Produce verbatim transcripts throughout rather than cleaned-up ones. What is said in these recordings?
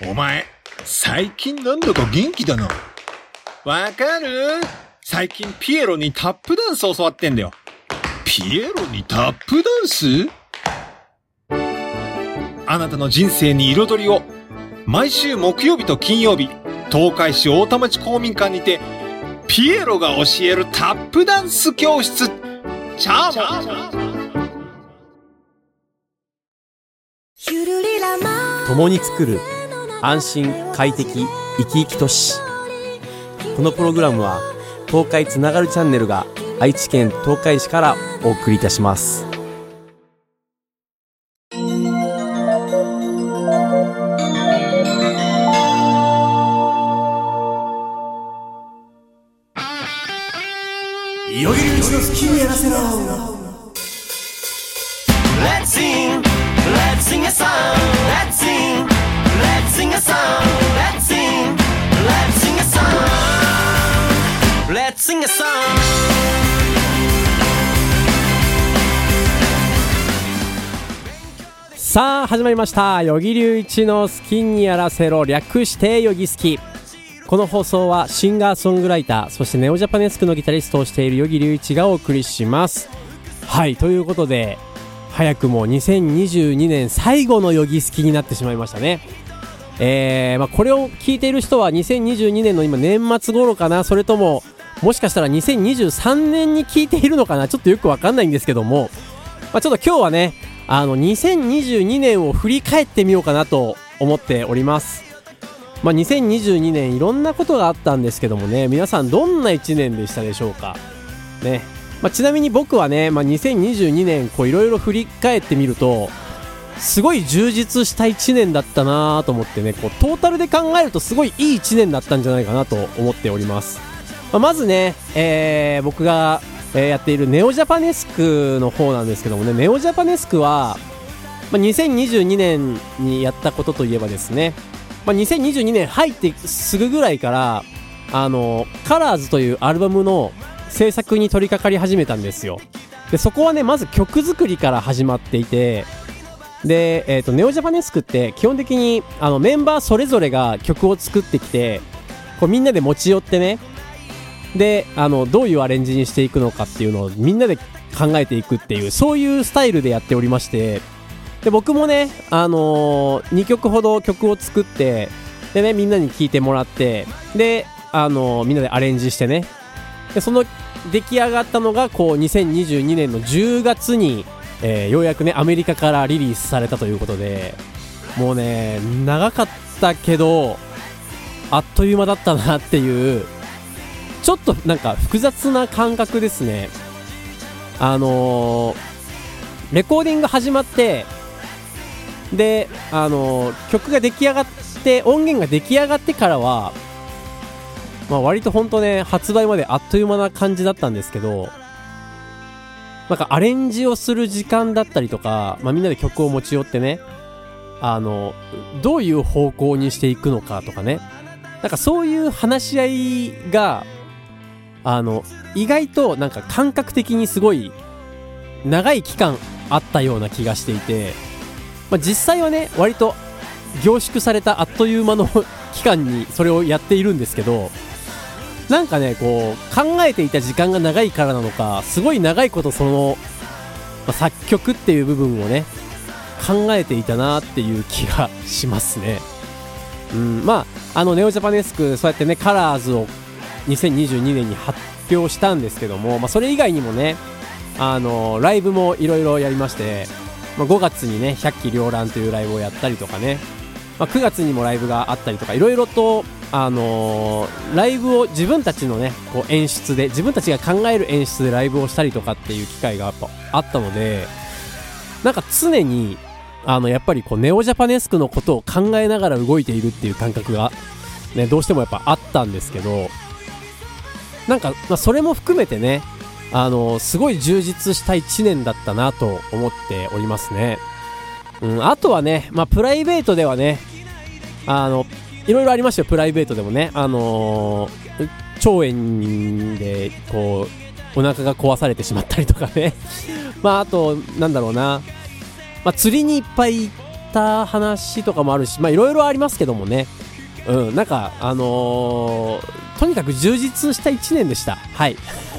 お前、最近なんだか元気だな。わかる？最近ピエロにタップダンス教わってんだよ。ピエロにタップダンス？あなたの人生に彩りを。毎週木曜日と金曜日、東海市大田町公民館にて、ピエロが教えるタップダンス教室。チャーモン。 共に作る安心快適生き生き都市。このプログラムは東海つながるチャンネルが愛知県東海市からお送りいたします。 よぎりうちの好きにやらせろ。 Let's sing, let's sing a song. Let's sing, let's sing a song. Let's sing, let's sing a song. Let's sing a song. さあ始まりました。よぎりゅういちの好きにやらせろ、略してよぎ好き。この放送はシンガーソングライター、そしてネオジャパネスクのギタリストをしているよぎりゅういちがお送りします。はい、ということで早くもにせんにじゅうにねん最後のよぎ好きになってしまいましたね。えーまあ、これを聞いている人はにせんにじゅうにねんの今年末頃かな、それとももしかしたらにせんにじゅうさんねんに聞いているのかな、ちょっとよくわかんないんですけども、まあ、ちょっと今日はねあのにせんにじゅうにねんを振り返ってみようかなと思っております。まあ、にせんにじゅうにねんいろんなことがあったんですけどもね、皆さんどんないちねんでしたでしょうかね。まあ、ちなみに僕はね、まあ、にせんにじゅうにねんこういろいろ振り返ってみるとすごい充実したいちねんだったなと思ってね、こうトータルで考えるとすごいいいいちねんだったんじゃないかなと思っております。まあ、まずね、えー、僕が、えー、やっているネオジャパネスクの方なんですけどもね、ネオジャパネスクは、まあ、にせんにじゅうにねんにやったことといえばですね、まあ、にせんにじゅうにねん入ってすぐぐらいからあのカラーズというアルバムの制作に取り掛かり始めたんですよ。でそこはねまず曲作りから始まっていて、で、えーと、ネオジャパネスクって基本的にあのメンバーそれぞれが曲を作ってきてこうみんなで持ち寄ってね、であのどういうアレンジにしていくのかっていうのをみんなで考えていくっていう、そういうスタイルでやっておりまして、で僕もね、あのー、にきょくほど曲を作ってでねみんなに聴いてもらって、で、あのー、みんなでアレンジしてね、でその出来上がったのがこうにせんにじゅうにねんのじゅうがつに、えー、ようやくねアメリカからリリースされたということで、もうね長かったけどあっという間だったなっていう、ちょっとなんか複雑な感覚ですね。あのー、レコーディング始まってで、あのー、曲が出来上がって音源が出来上がってからは、まあ、割とほんとね発売まであっという間な感じだったんですけど、なんかアレンジをする時間だったりとか、まあ、みんなで曲を持ち寄ってね、あのどういう方向にしていくのかとかね、なんかそういう話し合いがあの意外となんか感覚的にすごい長い期間あったような気がしていて、まあ、実際はね割と凝縮されたあっという間の期間にそれをやっているんですけど、なんかねこう考えていた時間が長いからなのかすごい長いことその、まあ、作曲っていう部分をね考えていたなっていう気がしますね。うん、まああのネオジャパネスクそうやってねカラーズをにせんにじゅうにねんに発表したんですけども、まあ、それ以外にもねあのライブもいろいろやりまして、まあ、ごがつにね百鬼繚乱というライブをやったりとかね、まあ、くがつにもライブがあったりとかいろいろと、あのー、ライブを自分たちのねこう演出で自分たちが考える演出でライブをしたりとかっていう機会がやっぱあったので、なんか常にあのやっぱりこうネオジャパネスクのことを考えながら動いているっていう感覚が、ね、どうしてもやっぱあったんですけど、なんか、まあ、それも含めてねあのすごい充実したいちねんだったなと思っておりますね。うん、あとはね、まあ、プライベートではねあのいろいろありましたよ。プライベートでもね、あのー、腸炎でこうお腹が壊されてしまったりとかねまああとなんだろうな、まあ、釣りにいっぱい行っった話とかもあるし、まあいろいろありますけどもね。うん、なんかあのー、とにかく充実したいちねんでした。はい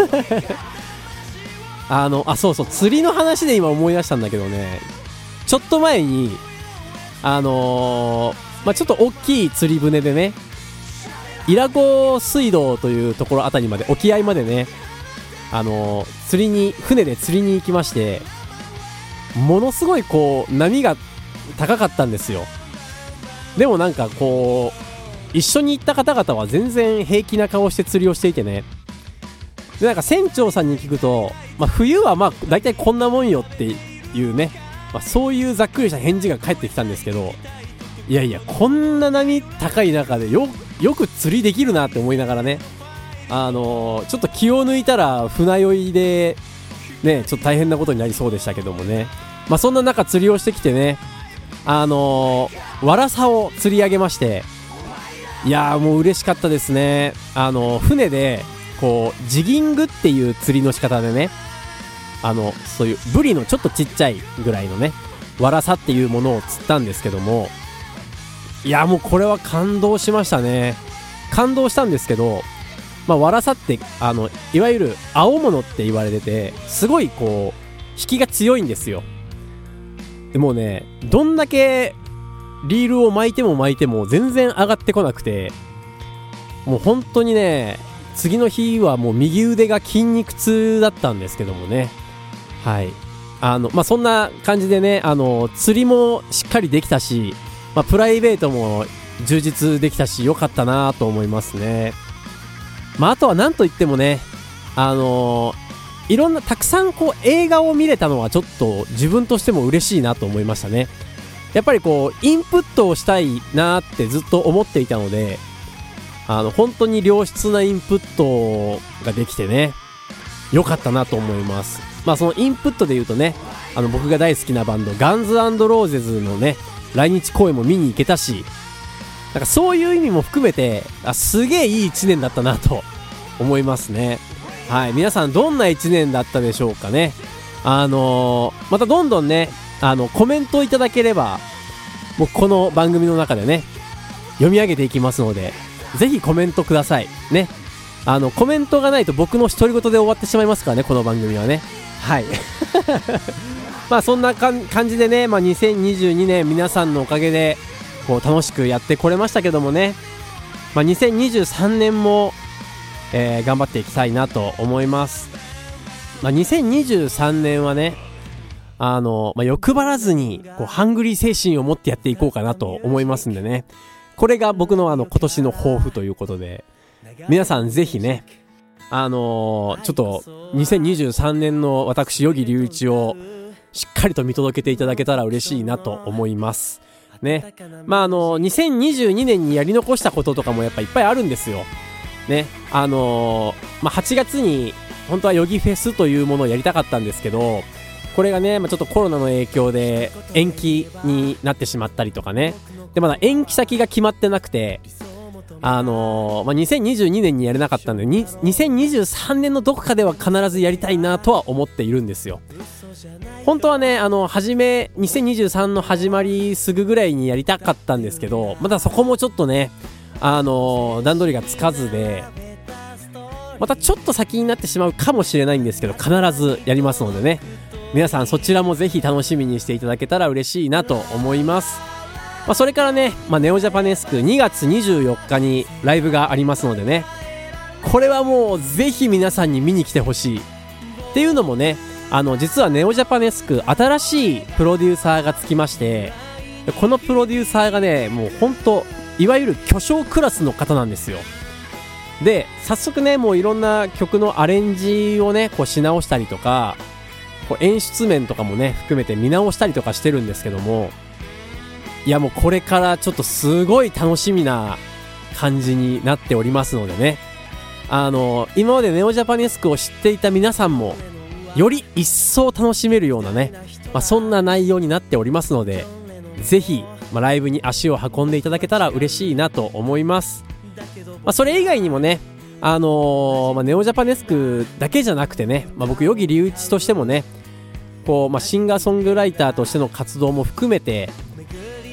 あのあそうそう釣りの話で今思い出したんだけどね、ちょっと前にあのー、まあちょっと大きい釣り船でね、伊良湖水道というところあたりまで、沖合までね、あのー、釣りに船で釣りに行きまして、ものすごいこう波が高かったんですよ。でもなんかこう一緒に行った方々は全然平気な顔して釣りをしていてね、でなんか船長さんに聞くと、まあ、冬はまあ大体こんなもんよっていうね、まあ、そういうざっくりした返事が返ってきたんですけど、いやいやこんな波高い中でよよく釣りできるなって思いながらね、あのー、ちょっと気を抜いたら船酔いでねちょっと大変なことになりそうでしたけどもね、まあそんな中釣りをしてきてね、あのー、ワラサを釣り上げまして、いやーもう嬉しかったですね。あのー、船でこうジギングっていう釣りの仕方でね、あのそういうブリのちょっとちっちゃいぐらいのねワラサっていうものを釣ったんですけども、いやもうこれは感動しましたね。感動したんですけど、まあワラサってあのいわゆる青物って言われてて、すごいこう引きが強いんですよ。でもね、どんだけリールを巻いても巻いても全然上がってこなくて、もう本当にね、次の日はもう右腕が筋肉痛だったんですけどもね。はい。あの、まあ、そんな感じでね、あの、釣りもしっかりできたし、まあ、プライベートも充実できたし、良かったなと思いますね。まあ、あとは何と言ってもね、あのいろんなたくさんこう映画を見れたのはちょっと自分としても嬉しいなと思いましたね。やっぱりこうインプットをしたいなってずっと思っていたので、あの本当に良質なインプットができてね、良かったなと思います。まあそのインプットで言うとね、あの僕が大好きなバンドガンズ&ローゼズのね来日公演も見に行けたし、なんかそういう意味も含めて、あ、すげえいいいちねんだったなと思いますね。はい、皆さんどんないちねんだったでしょうかね。あのー、またどんどんね、あのコメントをいただければ、もうこの番組の中でね読み上げていきますので、ぜひコメントくださいね。あのコメントがないと僕の独り言で終わってしまいますからね、この番組はね。はいまあそんな感じでね、まあ、にせんにじゅうにねん皆さんのおかげでこう楽しくやってこれましたけどもね、まあ、にせんにじゅうさんねんも、えー、頑張っていきたいなと思います。まあ、にせんにじゅうさんねんはね、あの、まあ、欲張らずにこうハングリー精神を持ってやっていこうかなと思いますんでね、これが僕のあの今年の抱負ということで、皆さんぜひね、あのー、ちょっとにせんにじゅうさんねんの私与木隆一をしっかりと見届けていただけたら嬉しいなと思いますね。まああのにせんにじゅうにねんにやり残したこととかもやっぱいっぱいあるんですよね。あのー、まあはちがつに本当はヨギフェスというものをやりたかったんですけど、これがね、まあ、ちょっとコロナの影響で延期になってしまったりとかね、でまだ延期先が決まってなくて、あのーまあ、にせんにじゅうにねんにやれなかったんで、にせんにじゅうさんねんのどこかでは必ずやりたいなとは思っているんですよ。本当はね、あの初めにせんにじゅうさんの始まりすぐぐらいにやりたかったんですけど、まだそこもちょっとね、あのー、段取りがつかずで、またちょっと先になってしまうかもしれないんですけど、必ずやりますのでね、皆さんそちらもぜひ楽しみにしていただけたら嬉しいなと思います。まあ、それからね、まあ、ネオジャパネスクにがつにじゅうよっかにライブがありますのでね、これはもうぜひ皆さんに見に来てほしいっていうのもね、あの実はネオジャパネスク新しいプロデューサーがつきまして、このプロデューサーがね、もう本当いわゆる巨匠クラスの方なんですよ。で早速ね、もういろんな曲のアレンジをねこうし直したりとか、こう演出面とかもね含めて見直したりとかしてるんですけども、いやもうこれからちょっとすごい楽しみな感じになっておりますのでね、あの今までネオジャパネスクを知っていた皆さんもより一層楽しめるようなね、まあ、そんな内容になっておりますので、ぜひ、まあ、ライブに足を運んでいただけたら嬉しいなと思います。まあ、それ以外にもね、あのーまあ、ネオジャパネスクだけじゃなくてね、まあ、僕与木隆一としてもね、こう、まあ、シンガーソングライターとしての活動も含めて、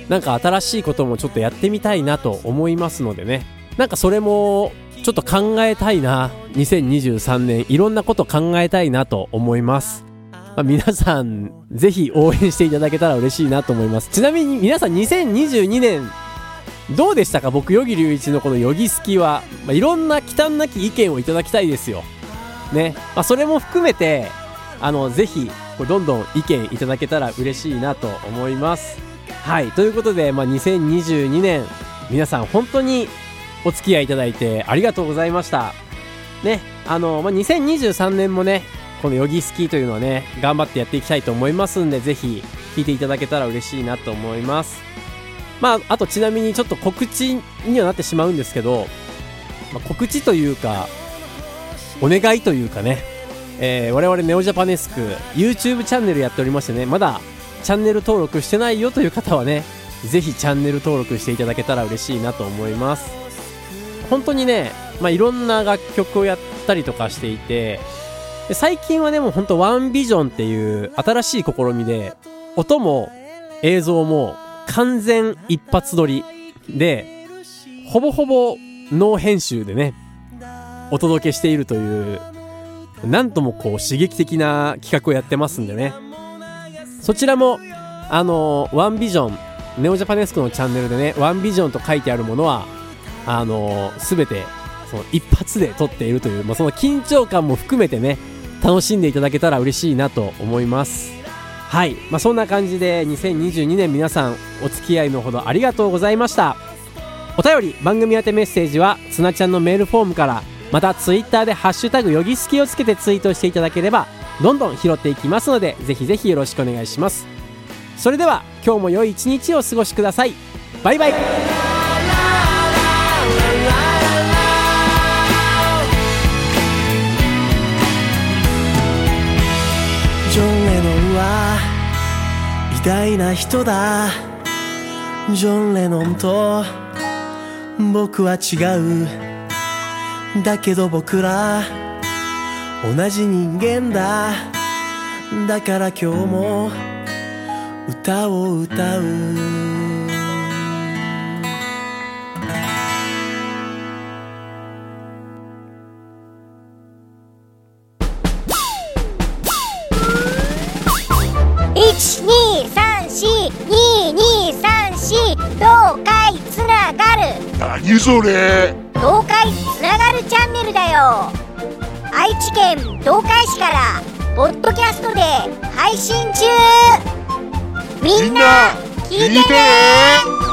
なんか新しいこともちょっとやってみたいなと思いますのでね、なんかそれもちょっと考えたいな。にせんにじゅうさんねんいろんなこと考えたいなと思います。まあ、皆さんぜひ応援していただけたら嬉しいなと思います。ちなみに皆さんにせんにじゅうにねんどうでしたか？僕よぎりゅういちのこのよぎすきは、まあ、いろんな忌憚なき意見をいただきたいですよね。まあ、それも含めてあのぜひこれどんどん意見いただけたら嬉しいなと思います。はい、ということで、まあ、にせんにじゅうにねん皆さん本当にお付き合いいただいてありがとうございましたね。あの、まあ、にせんにじゅうさんねんもねこのヨギスキというのはね頑張ってやっていきたいと思いますんで、ぜひ聞いていただけたら嬉しいなと思います。まああとちなみにちょっと告知にはなってしまうんですけど、まあ、告知というかお願いというかね、えー、我々ネオジャパネスク YouTube チャンネルやっておりましてね、まだチャンネル登録してないよという方はねぜひチャンネル登録していただけたら嬉しいなと思います。本当にね、まあ、いろんな楽曲をやったりとかしていて、で最近はねもう本当ワンビジョンっていう新しい試みで音も映像も完全一発撮りでほぼほぼノー編集でねお届けしているというなんともこう刺激的な企画をやってますんでね、そちらもあのワンビジョンネオジャパネスクのチャンネルでねワンビジョンと書いてあるものはあの全てその一発で撮っているという、まあ、その緊張感も含めてね楽しんでいただけたら嬉しいなと思います。はい、まあ、そんな感じでにせんにじゅうにねん皆さんお付き合いのほどありがとうございました。お便り番組宛てメッセージはつなちゃんのメールフォームから、またツイッターでハッシュタグよぎすきをつけてツイートしていただければどんどん拾っていきますので、ぜひぜひよろしくお願いします。それでは今日も良い一日をお過ごしください。バイバイ。 ジョン・レノンは偉大な人だ。ジョン・レノンと僕は違う。だけど僕ら同じ人間だ。だから今日も歌を歌う。 いちにさんしににさんし東海つながる。 何それ？ 東海つながるチャンネルだよ。愛知県東海市からポッドキャストで配信中。みんな聞いてね。